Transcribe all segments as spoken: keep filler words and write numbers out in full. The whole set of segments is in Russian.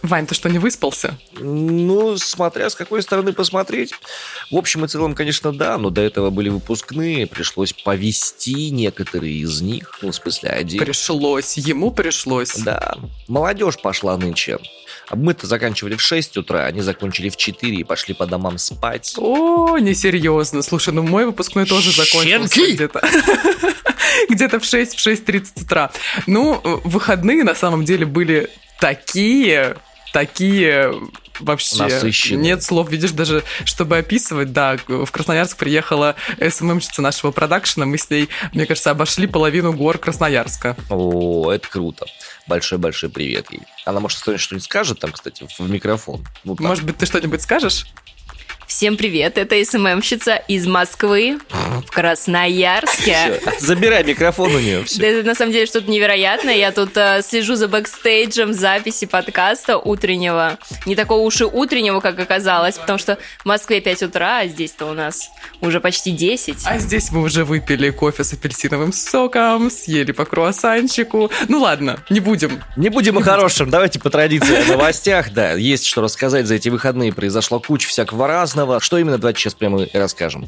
Вань, ты что, не выспался? Ну, смотря с какой стороны посмотреть. В общем и целом, конечно, да, но до этого были выпускные, пришлось повести некоторые из них, ну, в смысле, один. Пришлось, ему пришлось. Да, молодежь пошла нынче. А мы-то заканчивали в шесть утра, они закончили в четыре и пошли по домам спать. О, несерьезно. Слушай, ну мой выпускной тоже закончился где-то. Где-то в шесть, в шесть тридцать утра. Ну, выходные на самом деле были такие... Такие вообще насыщенные. Нет слов, видишь, даже чтобы описывать. Да, в Красноярск приехала эс эм эм-щица нашего продакшена. Мы с ней, мне кажется, обошли половину гор Красноярска. О, это круто. Большой-большой привет ей. Она, может, что-нибудь скажет там, кстати, в микрофон? Ну, может быть, ты что-нибудь скажешь? Всем привет, это эс эм эм-щица из Москвы в Красноярске. Все, забирай микрофон у нее. Все. Да, это на самом деле что-то невероятное. Я тут э, слежу за бэкстейджем записи подкаста утреннего. Не такого уж и утреннего, как оказалось, потому что в Москве пять утра, а здесь-то у нас уже почти десять. А здесь мы уже выпили кофе с апельсиновым соком, съели по круассанчику. Ну ладно, не будем. Не будем о хорошем, давайте по традиции о новостях. Да, есть что рассказать за эти выходные. Произошла куча всякого разного. Что именно, давайте сейчас прямо и расскажем.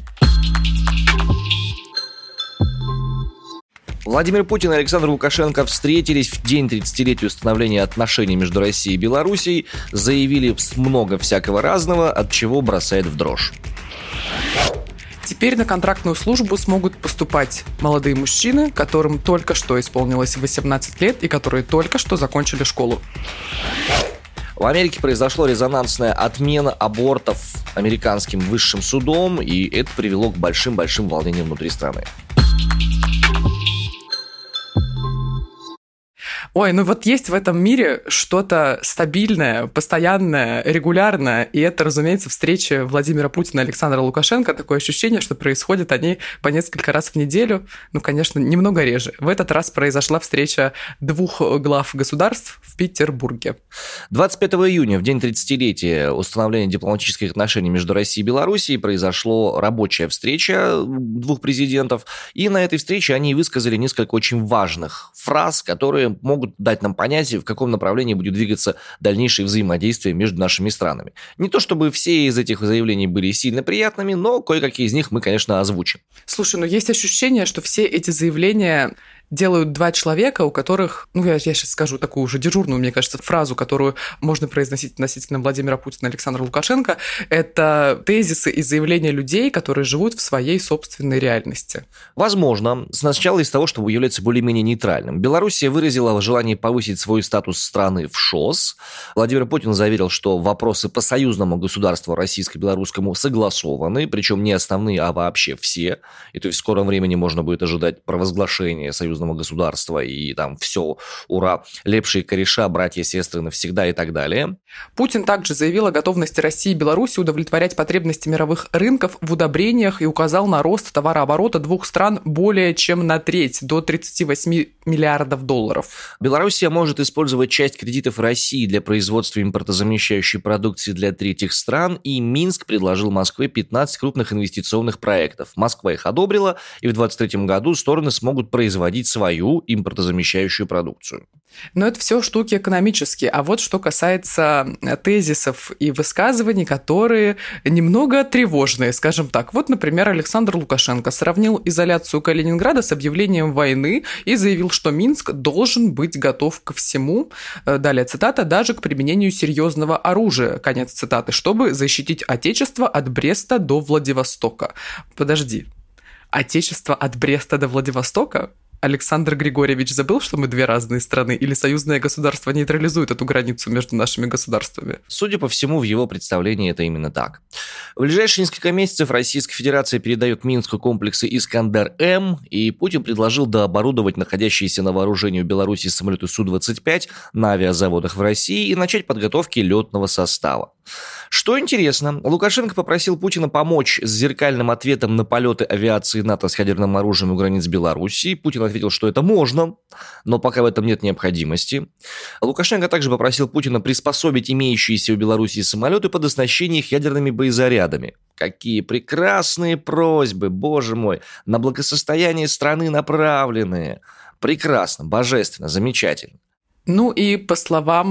Владимир Путин и Александр Лукашенко встретились в день тридцатилетия установления отношений между Россией и Белоруссией, заявили много всякого разного, от чего бросает в дрожь. Теперь на контрактную службу смогут поступать молодые мужчины, которым только что исполнилось восемнадцать лет и которые только что закончили школу. В Америке произошла резонансная отмена абортов американским высшим судом, и это привело к большим-большим волнениям внутри страны. Ой, ну вот есть в этом мире что-то стабильное, постоянное, регулярное, и это, разумеется, встречи Владимира Путина и Александра Лукашенко. Такое ощущение, что происходят они по несколько раз в неделю, ну, конечно, немного реже. В этот раз произошла встреча двух глав государств в Петербурге. двадцать пятого июня, в день тридцатилетия установления дипломатических отношений между Россией и Белоруссией, произошла рабочая встреча двух президентов, и на этой встрече они высказали несколько очень важных фраз, которые могут дать нам понять, в каком направлении будет двигаться дальнейшее взаимодействие между нашими странами. Не то чтобы все из этих заявлений были сильно приятными, но кое-какие из них мы, конечно, озвучим. Слушай, ну есть ощущение, что все эти заявления делают два человека, у которых, ну, я, я сейчас скажу такую уже дежурную, мне кажется, фразу, которую можно произносить относительно Владимира Путина и Александра Лукашенко, это тезисы и заявления людей, которые живут в своей собственной реальности. Возможно. Сначала из того, чтобы являться более-менее нейтральным. Белоруссия выразила желание повысить свой статус страны в ШОС. Владимир Путин заверил, что вопросы по союзному государству российско-белорусскому согласованы, причем не основные, а вообще все. И то есть в скором времени можно будет ожидать провозглашения союзного государства и там все, ура, лепшие кореша, братья, сестры навсегда и так далее. Путин также заявил о готовности России и Беларуси удовлетворять потребности мировых рынков в удобрениях и указал на рост товарооборота двух стран более чем на треть, до тридцать восемь миллиардов долларов. Белоруссия может использовать часть кредитов России для производства импортозамещающей продукции для третьих стран, и Минск предложил Москве пятнадцать крупных инвестиционных проектов. Москва их одобрила, и в двадцать третьем году стороны смогут производить свою импортозамещающую продукцию. Но это все штуки экономические. А вот что касается тезисов и высказываний, которые немного тревожные, скажем так. Вот, например, Александр Лукашенко сравнил изоляцию Калининграда с объявлением войны и заявил, что Минск должен быть готов ко всему, далее цитата, даже к применению серьезного оружия, конец цитаты, чтобы защитить Отечество от Бреста до Владивостока. Подожди, Отечество от Бреста до Владивостока? Александр Григорьевич забыл, что мы две разные страны, или союзное государство нейтрализует эту границу между нашими государствами? Судя по всему, в его представлении это именно так. В ближайшие несколько месяцев Российская Федерация передает Минску комплексы «Искандер-М», и Путин предложил дооборудовать находящиеся на вооружении у Беларуси самолеты Су двадцать пять на авиазаводах в России и начать подготовки летного состава. Что интересно, Лукашенко попросил Путина помочь с зеркальным ответом на полеты авиации НАТО с ядерным оружием у границ Белоруссии. Путин ответил, что это можно, но пока в этом нет необходимости. Лукашенко также попросил Путина приспособить имеющиеся у Белоруссии самолеты под оснащение их ядерными боезарядами. Какие прекрасные просьбы, боже мой, на благосостояние страны направленные. Прекрасно, божественно, замечательно. Ну и по словам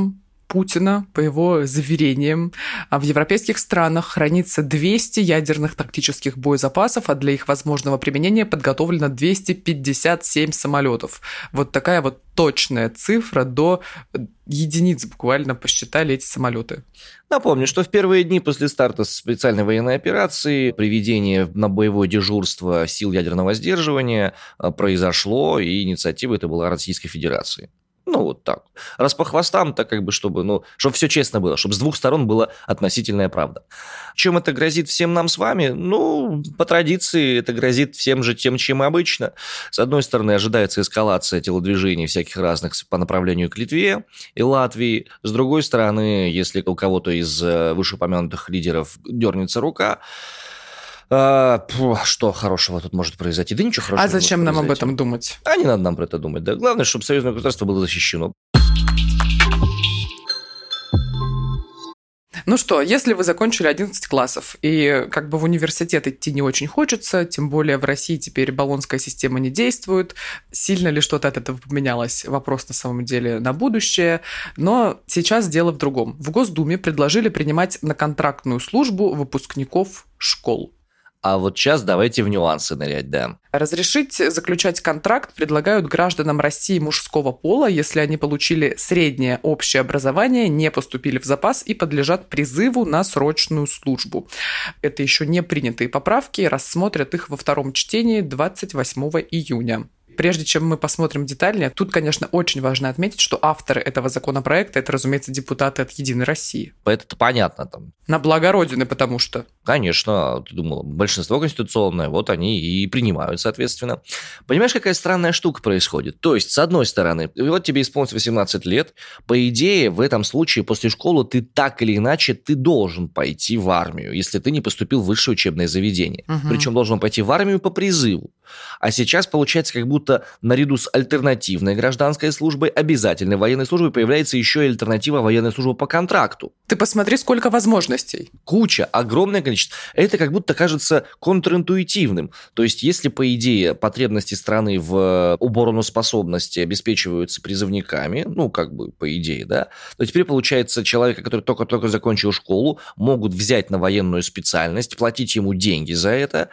Путина, по его заверениям, в европейских странах хранится двести ядерных тактических боезапасов, а для их возможного применения подготовлено двести пятьдесят семь самолетов. Вот такая вот точная цифра, до единиц буквально посчитали эти самолеты. Напомню, что в первые дни после старта специальной военной операции приведение на боевое дежурство сил ядерного сдерживания произошло, и инициатива это была Российской Федерации. Ну, вот так. Раз по хвостам, так как бы, чтобы, ну, чтобы все честно было, чтобы с двух сторон была относительная правда. Чем это грозит всем нам с вами? Ну, по традиции, это грозит всем же тем, чем и обычно. С одной стороны, ожидается эскалация телодвижений всяких разных по направлению к Литве и Латвии. С другой стороны, если у кого-то из вышеупомянутых лидеров дернется рука, А, что хорошего тут может произойти? Да ничего хорошего. А зачем нам произойти. об этом думать? А не надо нам про это думать. Да? Главное, чтобы союзное государство было защищено. Ну что, если вы закончили одиннадцать классов, и как бы в университет идти не очень хочется, тем более в России теперь болонская система не действует, сильно ли что-то от этого поменялось? Вопрос на самом деле на будущее. Но сейчас дело в другом. В Госдуме предложили принимать на контрактную службу выпускников школ. А вот сейчас давайте в нюансы нырять, да. Разрешить заключать контракт предлагают гражданам России мужского пола, если они получили среднее общее образование, не поступили в запас и подлежат призыву на срочную службу. Это еще не принятые поправки, рассмотрят их во втором чтении двадцать восьмого июня. Прежде чем мы посмотрим детальнее, тут, конечно, очень важно отметить, что авторы этого законопроекта – это, разумеется, депутаты от «Единой России». Это понятно там. На благо Родины, потому что. Конечно, ты думала, большинство конституционное, вот они и принимают, соответственно. Понимаешь, какая странная штука происходит? То есть, с одной стороны, вот тебе исполнилось восемнадцать лет, по идее, в этом случае после школы ты так или иначе, ты должен пойти в армию, если ты не поступил в высшее учебное заведение. Угу. Причем должен пойти в армию по призыву. А сейчас, получается, как будто наряду с альтернативной гражданской службой, обязательной военной службой, появляется еще и альтернатива военной службы по контракту. Ты посмотри, сколько возможностей. Куча, огромное количество. Это как будто кажется контринтуитивным. То есть, если, по идее, потребности страны в обороноспособности обеспечиваются призывниками, ну, как бы, по идее, да, то теперь, получается, человека, который только-только закончил школу, могут взять на военную специальность, платить ему деньги за это.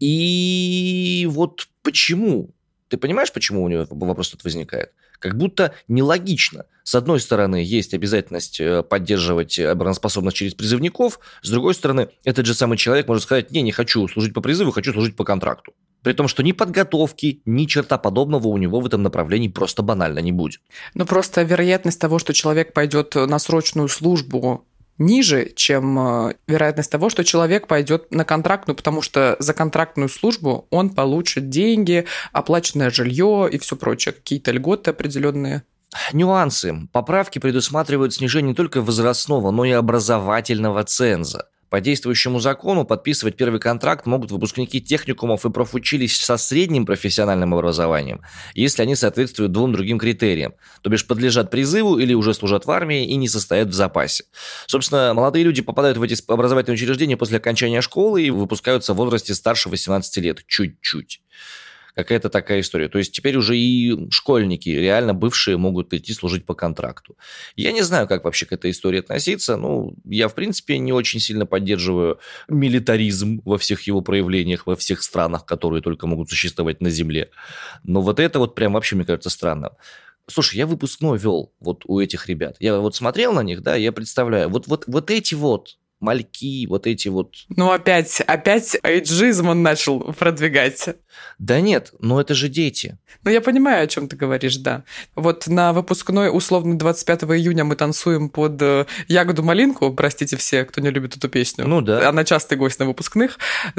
И вот почему? Ты понимаешь, почему у него вопрос тут возникает? Как будто нелогично. С одной стороны, есть обязательность поддерживать обороноспособность через призывников, с другой стороны, этот же самый человек может сказать: не, не хочу служить по призыву, хочу служить по контракту. При том, что ни подготовки, ни черта подобного у него в этом направлении просто банально не будет. Ну, просто вероятность того, что человек пойдет на срочную службу, ниже, чем вероятность того, что человек пойдет на контрактную, потому что за контрактную службу он получит деньги, оплаченное жилье и все прочее, какие-то льготы определенные. Нюансы. Поправки предусматривают снижение не только возрастного, но и образовательного ценза. По действующему закону подписывать первый контракт могут выпускники техникумов и профучилищ со средним профессиональным образованием, если они соответствуют двум другим критериям, то бишь подлежат призыву или уже служат в армии и не состоят в запасе. Собственно, молодые люди попадают в эти образовательные учреждения после окончания школы и выпускаются в возрасте старше восемнадцати лет, чуть-чуть. Какая-то такая история. То есть теперь уже и школьники, реально бывшие, могут идти служить по контракту. Я не знаю, как вообще к этой истории относиться. Ну, я, в принципе, не очень сильно поддерживаю милитаризм во всех его проявлениях, во всех странах, которые только могут существовать на Земле. Но вот это вот прям вообще, мне кажется, странно. Слушай, я выпускной вел вот у этих ребят. Я вот смотрел на них, да, я представляю. Вот, вот, вот эти вот мальки, вот эти вот... Ну, опять, опять эйджизм он начал продвигать. Да нет, но это же дети. Ну, я понимаю, о чем ты говоришь, да. Вот на выпускной, условно, двадцать пятого июня мы танцуем под «Ягоду-малинку», простите все, кто не любит эту песню. Ну да. Она частый гость на выпускных,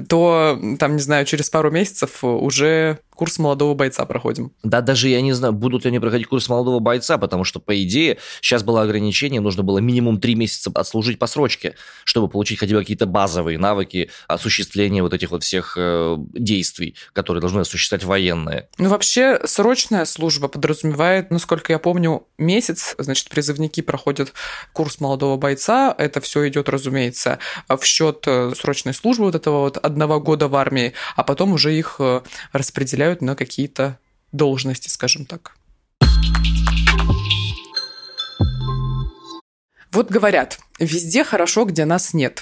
то, там, не знаю, через пару месяцев уже курс молодого бойца проходим. Да, даже я не знаю, будут ли они проходить курс молодого бойца, потому что, по идее, сейчас было ограничение, нужно было минимум три месяца отслужить по срочке, чтобы получить хотя бы какие-то базовые навыки осуществления вот этих вот всех э, действий, которые должны осуществлять военные. Ну, вообще, срочная служба подразумевает, насколько я помню, месяц, значит, призывники проходят курс молодого бойца, это все идет, разумеется, в счет срочной службы вот этого вот одного года в армии, а потом уже их распределяют на какие-то должности, скажем так. Вот говорят, везде хорошо, где нас нет.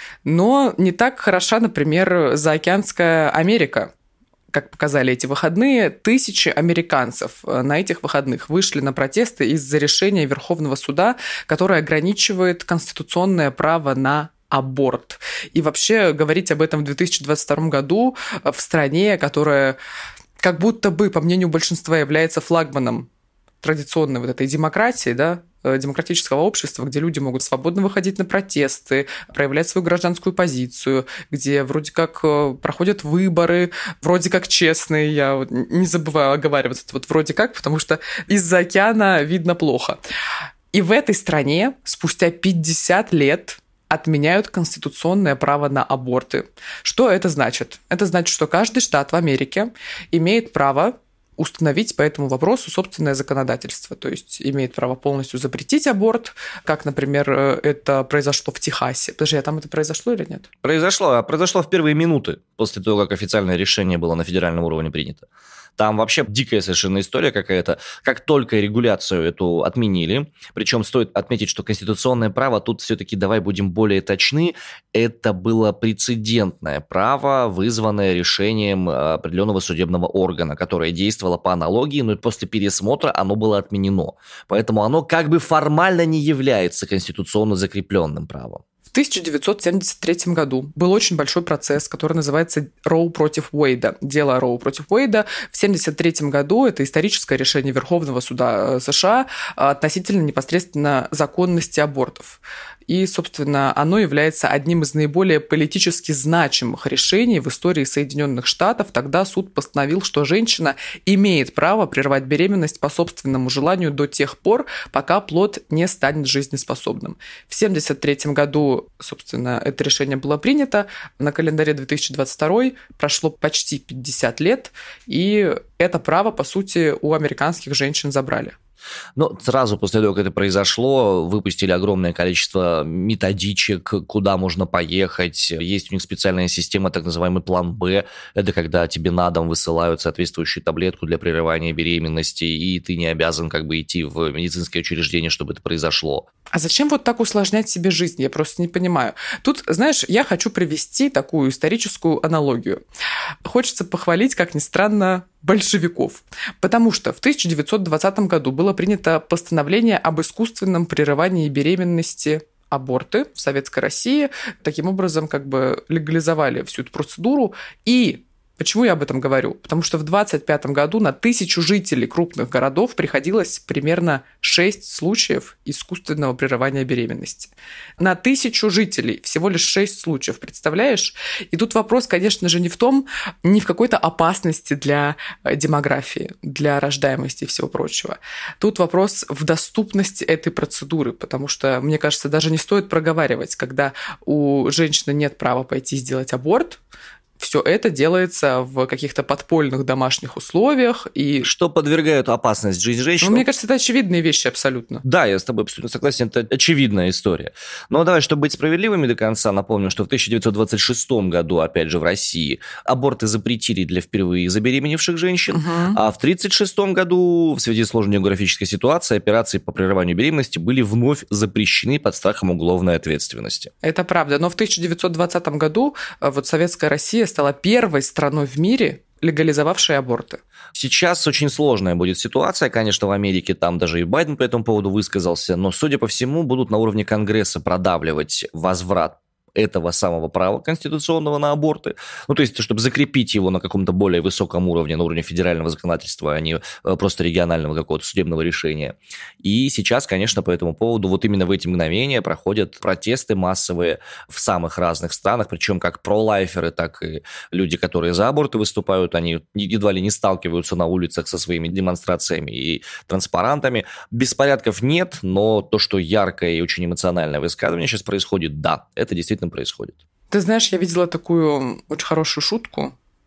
Но не так хороша, например, заокеанская Америка. Как показали эти выходные, тысячи американцев на этих выходных вышли на протесты из-за решения Верховного суда, которое ограничивает конституционное право на аборт. И вообще говорить об этом в две тысячи двадцать втором году в стране, которая как будто бы, по мнению большинства, является флагманом традиционной вот этой демократии, да, демократического общества, где люди могут свободно выходить на протесты, проявлять свою гражданскую позицию, где вроде как проходят выборы, вроде как честные, я вот не забываю оговаривать это вот вроде как, потому что из-за океана видно плохо. И в этой стране спустя пятьдесят лет отменяют конституционное право на аборты. Что это значит? Это значит, что каждый штат в Америке имеет право установить по этому вопросу собственное законодательство, то есть имеет право полностью запретить аборт, как, например, это произошло в Техасе. Подожди, а там это произошло или нет? Произошло, а произошло в первые минуты после того, как официальное решение было на федеральном уровне принято. Там вообще дикая совершенно история какая-то. Как только регуляцию эту отменили, причем стоит отметить, что конституционное право, тут все-таки давай будем более точны, это было прецедентное право, вызванное решением определенного судебного органа, которое действовало по аналогии, но после пересмотра оно было отменено. Поэтому оно как бы формально не является конституционно закрепленным правом. В тысяча девятьсот семьдесят третьем году был очень большой процесс, который называется Роу против Уэйда. Дело Роу против Уэйда. В семьдесят третьем году это историческое решение Верховного суда США относительно непосредственно законности абортов. И, собственно, оно является одним из наиболее политически значимых решений в истории Соединенных Штатов. Тогда суд постановил, что женщина имеет право прервать беременность по собственному желанию до тех пор, пока плод не станет жизнеспособным. В семьдесят третьем году, собственно, это решение было принято. На календаре две тысячи двадцать второй прошло почти пятьдесят лет, и это право, по сути, у американских женщин забрали. Но сразу после того, как это произошло, выпустили огромное количество методичек, куда можно поехать. Есть у них специальная система, так называемый план Б. Это когда тебе на дом высылают соответствующую таблетку для прерывания беременности, и ты не обязан как бы идти в медицинское учреждение, чтобы это произошло. А зачем вот так усложнять себе жизнь? Я просто не понимаю. Тут, знаешь, я хочу привести такую историческую аналогию. Хочется похвалить, как ни странно, большевиков. Потому что в тысяча девятьсот двадцатом году было принято постановление об искусственном прерывании беременности, аборты в Советской России. Таким образом, как бы легализовали всю эту процедуру. И почему я об этом говорю? Потому что в двадцать пятом году на тысячу жителей крупных городов приходилось примерно шесть случаев искусственного прерывания беременности. На тысячу жителей всего лишь шесть случаев, представляешь? И тут вопрос, конечно же, не в том, не в какой-то опасности для демографии, для рождаемости и всего прочего. Тут вопрос в доступности этой процедуры, потому что, мне кажется, даже не стоит проговаривать, когда у женщины нет права пойти сделать аборт, все это делается в каких-то подпольных домашних условиях. И что подвергают опасность жизнь женщин. Ну, мне кажется, это очевидные вещи абсолютно. Да, я с тобой абсолютно согласен, это очевидная история. Но давай, чтобы быть справедливыми до конца, напомню, что в тысяча девятьсот двадцать шестом году, опять же, в России аборты запретили для впервые забеременевших женщин, угу. А в тридцать шестом году в связи с сложной географической ситуацией операции по прерыванию беременности были вновь запрещены под страхом уголовной ответственности. Это правда, но в тысяча девятьсот двадцатом году вот Советская Россия стала первой страной в мире, легализовавшей аборты. Сейчас очень сложная будет ситуация, конечно, в Америке, там даже и Байден по этому поводу высказался, но, судя по всему, будут на уровне Конгресса продавливать возврат этого самого права конституционного на аборты. Ну, то есть, чтобы закрепить его на каком-то более высоком уровне, на уровне федерального законодательства, а не просто регионального какого-то судебного решения. И сейчас, конечно, по этому поводу вот именно в эти мгновения проходят протесты массовые в самых разных странах, причем как пролайферы, так и люди, которые за аборты выступают, они едва ли не сталкиваются на улицах со своими демонстрациями и транспарантами. Беспорядков нет, но то, что яркое и очень эмоциональное высказывание сейчас происходит, да, это действительно происходит. Ты знаешь, я видела такую очень хорошую шутку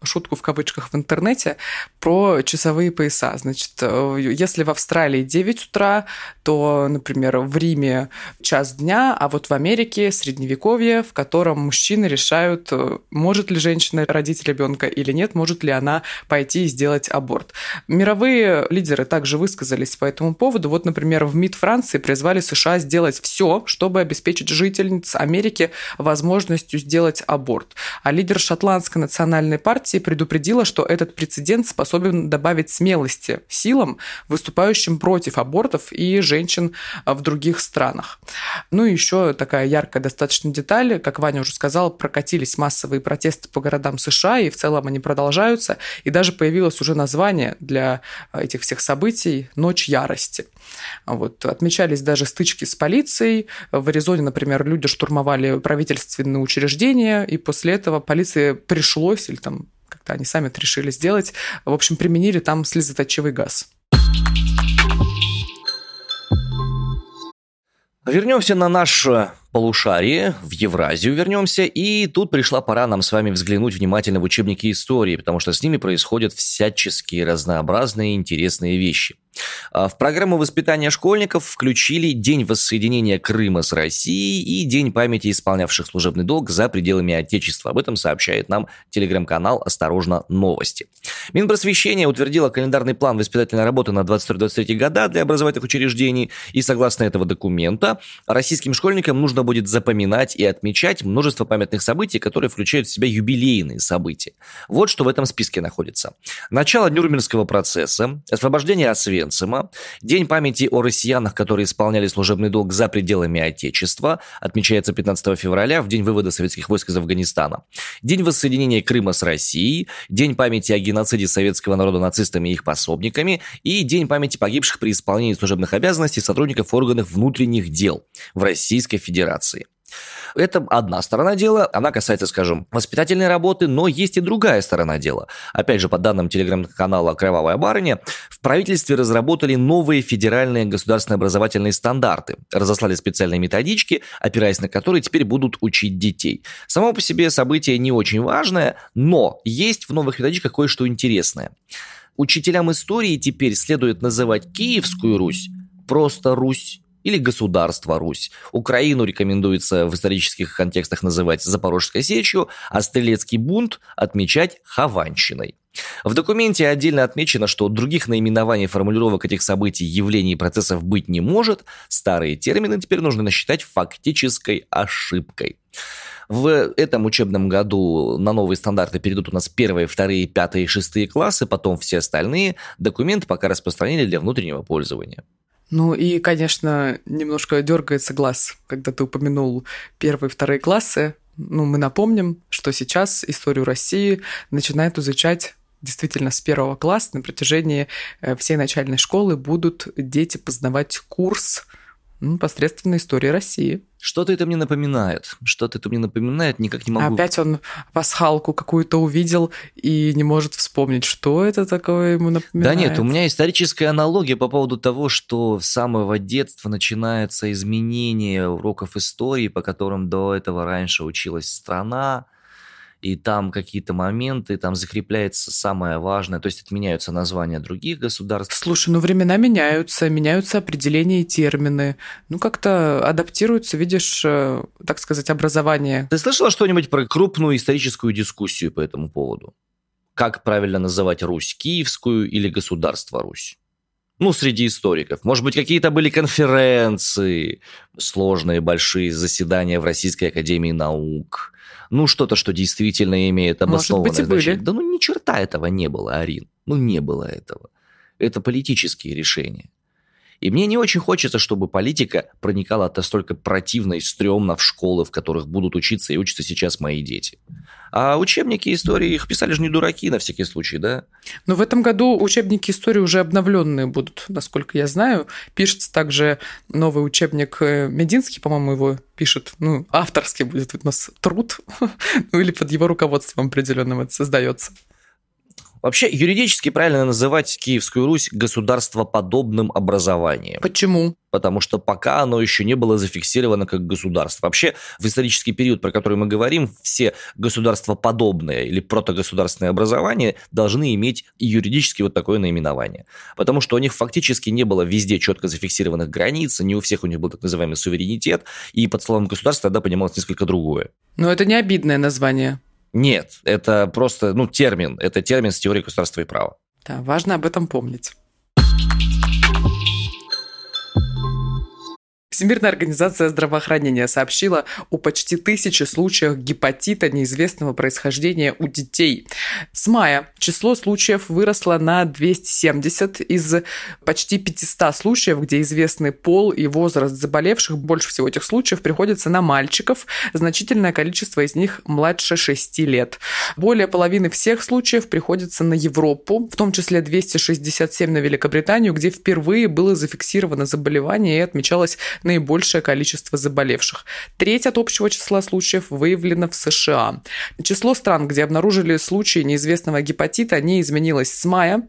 шутку в кавычках в интернете про часовые пояса. Значит, если в Австралии девять утра, то, например, в Риме час дня, а вот в Америке средневековье, в котором мужчины решают, может ли женщина родить ребенка или нет, может ли она пойти и сделать аборт. Мировые лидеры также высказались по этому поводу. Вот, например, в МИД Франции призвали США сделать все, чтобы обеспечить жительниц Америки возможностью сделать аборт. А лидер Шотландской национальной партии предупредила, что этот прецедент способен добавить смелости силам, выступающим против абортов и женщин в других странах. Ну и еще такая яркая достаточно деталь, как Ваня уже сказал, прокатились массовые протесты по городам США, и в целом они продолжаются, и даже появилось уже название для этих всех событий «Ночь ярости». Вот. Отмечались даже стычки с полицией. В Аризоне, например, люди штурмовали правительственные учреждения, и после этого полиции пришлось, или там как-то они сами это решили сделать, в общем, применили там слезоточивый газ. Вернемся на наше полушарие, в Евразию вернемся, и тут пришла пора нам с вами взглянуть внимательно в учебники истории, потому что с ними происходят всяческие разнообразные интересные вещи. В программу воспитания школьников включили День воссоединения Крыма с Россией и День памяти исполнявших служебный долг за пределами Отечества. Об этом сообщает нам телеграм-канал «Осторожно, новости». Минпросвещение утвердило календарный план воспитательной работы на двадцать второй - двадцать третий года для образовательных учреждений, и согласно этого документа российским школьникам нужно будет запоминать и отмечать множество памятных событий, которые включают в себя юбилейные события. Вот что в этом списке находится. Начало Нюрнбергского процесса, освобождение Освенцима, День памяти о россиянах, которые исполняли служебный долг за пределами Отечества, отмечается пятнадцатого февраля, в день вывода советских войск из Афганистана. День воссоединения Крыма с Россией, День памяти о геноциде советского народа нацистами и их пособниками и День памяти погибших при исполнении служебных обязанностей сотрудников органов внутренних дел в Российской Федерации. Это одна сторона дела, она касается, скажем, воспитательной работы, но есть и другая сторона дела. Опять же, по данным телеграм-канала «Кровавая барыня», в правительстве разработали новые федеральные государственные образовательные стандарты, разослали специальные методички, опираясь на которые теперь будут учить детей. Само по себе событие не очень важное, но есть в новых методичках кое-что интересное. Учителям истории теперь следует называть Киевскую Русь просто Русь, или государство Русь. Украину рекомендуется в исторических контекстах называть Запорожской сечью, а Стрелецкий бунт отмечать Хованщиной. В документе отдельно отмечено, что других наименований формулировок этих событий, явлений и процессов быть не может. Старые термины теперь нужно считать фактической ошибкой. В этом учебном году на новые стандарты перейдут у нас первые, вторые, пятые и шестые классы, потом все остальные. Документы пока распространили для внутреннего пользования. Ну и, конечно, немножко дергается глаз, когда ты упомянул первые и вторые классы. Ну, мы напомним, что сейчас историю России начинают изучать действительно с первого класса. На протяжении всей начальной школы будут дети познавать курс непосредственно истории России. Что-то это мне напоминает. Что-то это мне напоминает, никак не могу... Опять он пасхалку какую-то увидел и не может вспомнить, что это такое ему напоминает. Да нет, у меня историческая аналогия по поводу того, что с самого детства начинается изменение уроков истории, по которым до этого раньше училась страна, и там какие-то моменты, там закрепляется самое важное, то есть отменяются названия других государств. Слушай, ну времена меняются, меняются определения и термины, ну как-то адаптируются, видишь, так сказать, образование. Ты слышала что-нибудь про крупную историческую дискуссию по этому поводу? Как правильно называть Русь, Киевскую или государство Русь? Ну, среди историков. Может быть, какие-то были конференции, сложные, большие заседания в Российской академии наук. Ну, что-то, что действительно имеет обоснованное Может быть, и значение. были. Да ну, ни черта этого не было, Арин. Ну, не было этого. Это политические решения. И мне не очень хочется, чтобы политика проникала настолько противно и стрёмно в школы, в которых будут учиться и учатся сейчас мои дети. А учебники истории, их писали же не дураки, на всякий случай, да? Но в этом году учебники истории уже обновленные будут, насколько я знаю. Пишется также новый учебник Мединский, по-моему, его пишет, ну, авторский будет у нас труд, ну, или под его руководством определенным это создается. Вообще, юридически правильно называть Киевскую Русь государствоподобным образованием. Почему? Потому что пока оно еще не было зафиксировано как государство. Вообще, в исторический период, про который мы говорим, все государствоподобные или протогосударственные образования должны иметь юридически вот такое наименование. Потому что у них фактически не было везде четко зафиксированных границ, не у всех у них был так называемый суверенитет, и под словом государство тогда понималось несколько другое. Но это не обидное название. Нет, это просто, ну, термин. Это термин с теорией государства и права. Да, важно об этом помнить. Всемирная организация здравоохранения сообщила о почти тысяче случаях гепатита неизвестного происхождения у детей. С мая число случаев выросло на двести семьдесят. Из почти пятьсот случаев, где известны пол и возраст заболевших, больше всего этих случаев приходится на мальчиков. Значительное количество из них младше шести лет. Более половины всех случаев приходится на Европу, в том числе двести шестьдесят семь на Великобританию, где впервые было зафиксировано заболевание и отмечалось наибольшее количество заболевших. Треть от общего числа случаев выявлено в США. Число стран, где обнаружили случаи неизвестного гепатита, не изменилось с мая,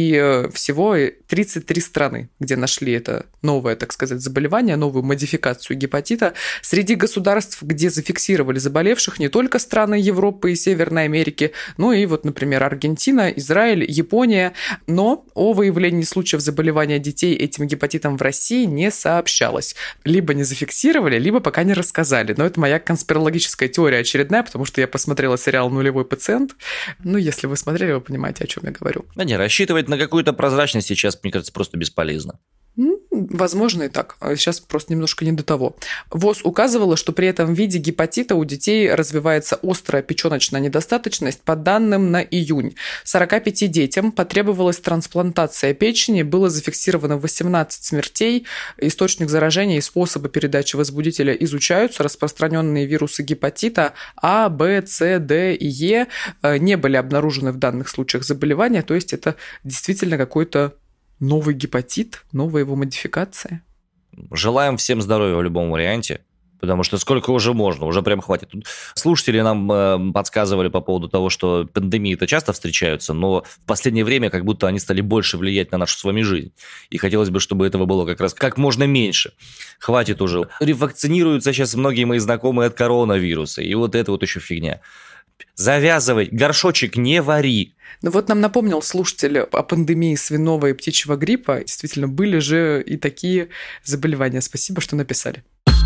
и всего тридцать три страны, где нашли это новое, так сказать, заболевание, новую модификацию гепатита. Среди государств, где зафиксировали заболевших, не только страны Европы и Северной Америки, но и вот, например, Аргентина, Израиль, Япония. Но о выявлении случаев заболевания детей этим гепатитом в России не сообщалось. Либо не зафиксировали, либо пока не рассказали. Но это моя конспирологическая теория очередная, потому что я посмотрела сериал «Нулевой пациент». Ну, если вы смотрели, вы понимаете, о чем я говорю. Да не, рассчитывать на какую-то прозрачность сейчас, мне кажется, просто бесполезно. Возможно и так. Сейчас просто немножко не до того. ВОЗ указывала, что при этом виде гепатита у детей развивается острая печёночная недостаточность. По данным на июнь, сорока пяти детям потребовалась трансплантация печени, было зафиксировано восемнадцать смертей. Источник заражения и способы передачи возбудителя изучаются. Распространенные вирусы гепатита А, Б, С, Д и Е не были обнаружены в данных случаях заболевания, то есть это действительно какой-то новый гепатит, новая его модификация. Желаем всем здоровья в любом варианте, потому что сколько уже можно, уже прям хватит. Тут слушатели нам э, подсказывали по поводу того, что пандемии-то часто встречаются, но в последнее время как будто они стали больше влиять на нашу с вами жизнь. И хотелось бы, чтобы этого было как раз как можно меньше. Хватит уже. Ревакцинируются сейчас многие мои знакомые от коронавируса, и вот это вот еще фигня. Завязывай, горшочек не вари. Ну вот нам напомнил слушатель о пандемии свиного и птичьего гриппа. Действительно, были же и такие заболевания. Спасибо, что написали.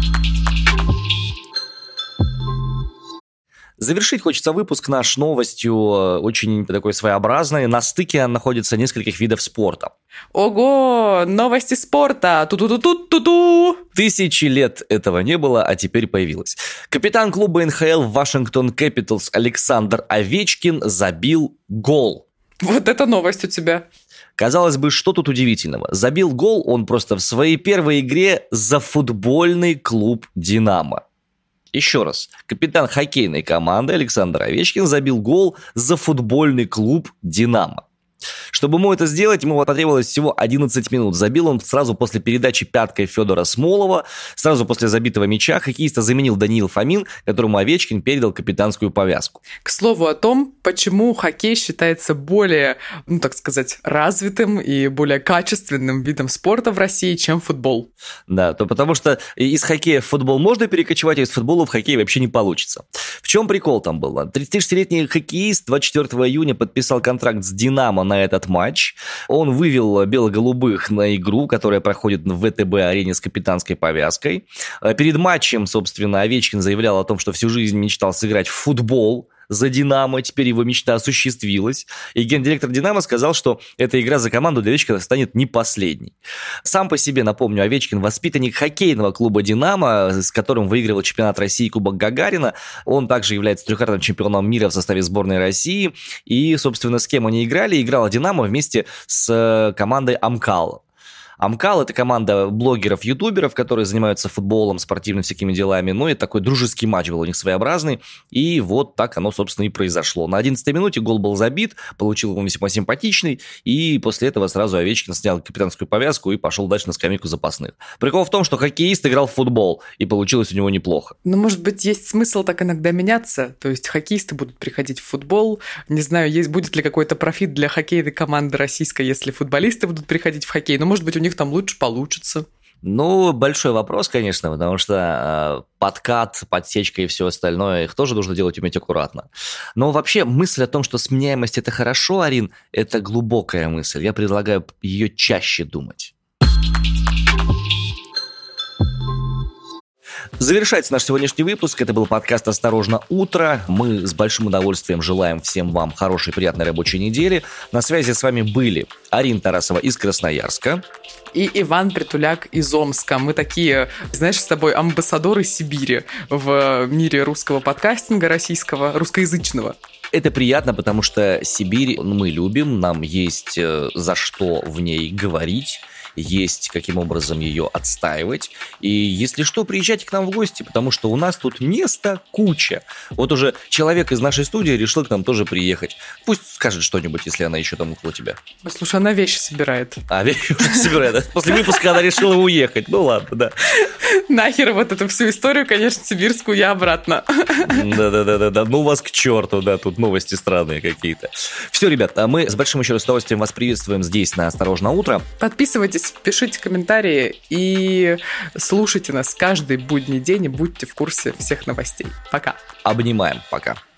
Завершить хочется выпуск наш новостью очень такой своеобразной. На стыке находится нескольких видов спорта. Ого, новости спорта! Ту-ту-ту-ту-ту-ту! Тысячи лет этого не было, а теперь появилось. Капитан клуба эн ха эл Вашингтон Кэпиталс Александр Овечкин забил гол. Вот это новость у тебя. Казалось бы, что тут удивительного? Забил гол он просто в своей первой игре за футбольный клуб «Динамо». Еще раз, капитан хоккейной команды Александр Овечкин забил гол за футбольный клуб «Динамо». Чтобы ему это сделать, ему потребовалось всего одиннадцать минут. Забил он сразу после передачи пяткой Федора Смолова. Сразу после забитого мяча хоккеиста заменил Даниил Фомин, которому Овечкин передал капитанскую повязку. К слову о том, почему хоккей считается более, ну так сказать, развитым и более качественным видом спорта в России, чем футбол. Да, то потому что из хоккея в футбол можно перекочевать, а из футбола в хоккей вообще не получится. В чем прикол там был? тридцатишестилетний хоккеист двадцать четвёртого июня подписал контракт с «Динамо» на этот матч. Он вывел бело-голубых на игру, которая проходит в вэ тэ бэ-арене с капитанской повязкой. Перед матчем, собственно, Овечкин заявлял о том, что всю жизнь мечтал сыграть в футбол за «Динамо», теперь его мечта осуществилась. И гендиректор «Динамо» сказал, что эта игра за команду для Овечкина станет не последней. Сам по себе, напомню, Овечкин воспитанник хоккейного клуба «Динамо», с которым выигрывал чемпионат России и Кубок Гагарина. Он также является трехкратным чемпионом мира в составе сборной России. И, собственно, с кем они играли? Играла «Динамо» вместе с командой «Амкал». Амкал – это команда блогеров-ютуберов, которые занимаются футболом, спортивными всякими делами. Ну, и такой дружеский матч был у них своеобразный. И вот так оно, собственно, и произошло. На одиннадцатой минуте гол был забит, получил он весьма симпатичный, и после этого сразу Овечкин снял капитанскую повязку и пошел дальше на скамейку запасных. Прикол в том, что хоккеист играл в футбол, и получилось у него неплохо. Ну, может быть, есть смысл так иногда меняться? То есть хоккеисты будут приходить в футбол. Не знаю, есть, будет ли какой-то профит для хоккейной команды российской, если футболисты будут приходить в хоккей. Но, может быть, у них там лучше получится. Ну, большой вопрос, конечно, потому что э, подкат, подсечка и все остальное, их тоже нужно делать уметь аккуратно. Но вообще мысль о том, что сменяемость – это хорошо, Арин, это глубокая мысль. Я предлагаю ее чаще думать. Завершается наш сегодняшний выпуск. Это был подкаст «Осторожно, утро». Мы с большим удовольствием желаем всем вам хорошей, приятной рабочей недели. На связи с вами были Арина Тарасова из Красноярска. И Иван Притуляк из Омска. Мы такие, знаешь, с тобой амбассадоры Сибири в мире русского подкастинга, российского, русскоязычного. Это приятно, потому что Сибирь мы любим, нам есть за что в ней говорить, есть каким образом ее отстаивать. И если что, приезжайте к нам в гости, потому что у нас тут места куча. Вот уже человек из нашей студии решил к нам тоже приехать. Пусть скажет что-нибудь, если она еще там около тебя. Слушай, она вещи собирает. А, вещи уже собирает. После выпуска она решила уехать. Ну ладно, да. Нахер вот эту всю историю, конечно, сибирскую, я обратно. Да-да-да, ну вас к черту, да, тут новости странные какие-то. Все, ребят, мы с большим еще раз удовольствием вас приветствуем здесь на «Осторожно, утро». Подписывайтесь, пишите комментарии и слушайте нас каждый будний день и будьте в курсе всех новостей. Пока. Обнимаем, пока.